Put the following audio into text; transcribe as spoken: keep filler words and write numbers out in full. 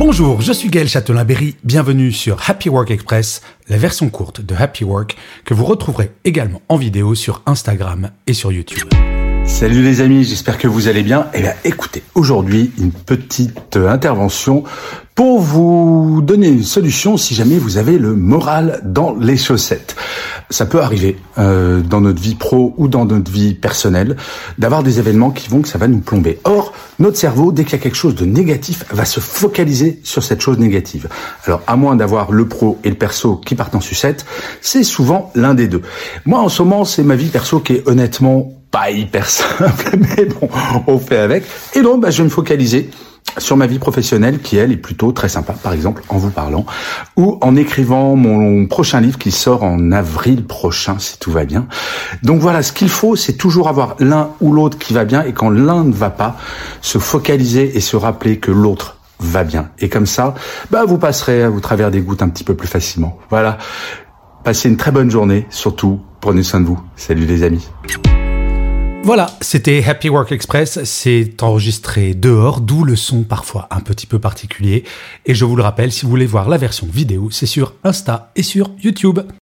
Bonjour, je suis Gaël Châtelain-Berry, bienvenue sur Happy Work Express, la version courte de Happy Work que vous retrouverez également en vidéo sur Instagram et sur YouTube. Salut les amis, j'espère que vous allez bien. Eh bien écoutez, aujourd'hui une petite intervention pour vous donner une solution si jamais vous avez le moral dans les chaussettes. Ça peut arriver euh, dans notre vie pro ou dans notre vie personnelle d'avoir des événements qui vont que ça va nous plomber. Or, notre cerveau, dès qu'il y a quelque chose de négatif, va se focaliser sur cette chose négative. Alors, à moins d'avoir le pro et le perso qui partent en sucette, c'est souvent l'un des deux. Moi, en ce moment, c'est ma vie perso qui est honnêtement pas hyper simple, mais bon, on fait avec. Et donc, bah, je vais me focaliser sur ma vie professionnelle qui, elle, est plutôt très sympa, par exemple, en vous parlant, ou en écrivant mon prochain livre qui sort en avril prochain, si tout va bien. Donc voilà, ce qu'il faut, c'est toujours avoir l'un ou l'autre qui va bien, et quand l'un ne va pas, se focaliser et se rappeler que l'autre va bien. Et comme ça, bah, vous passerez à vous travers des gouttes un petit peu plus facilement. Voilà. Passez une très bonne journée, surtout, prenez soin de vous. Salut les amis. Voilà, c'était Happy Work Express, c'est enregistré dehors, d'où le son parfois un petit peu particulier. Et je vous le rappelle, si vous voulez voir la version vidéo, c'est sur Insta et sur YouTube.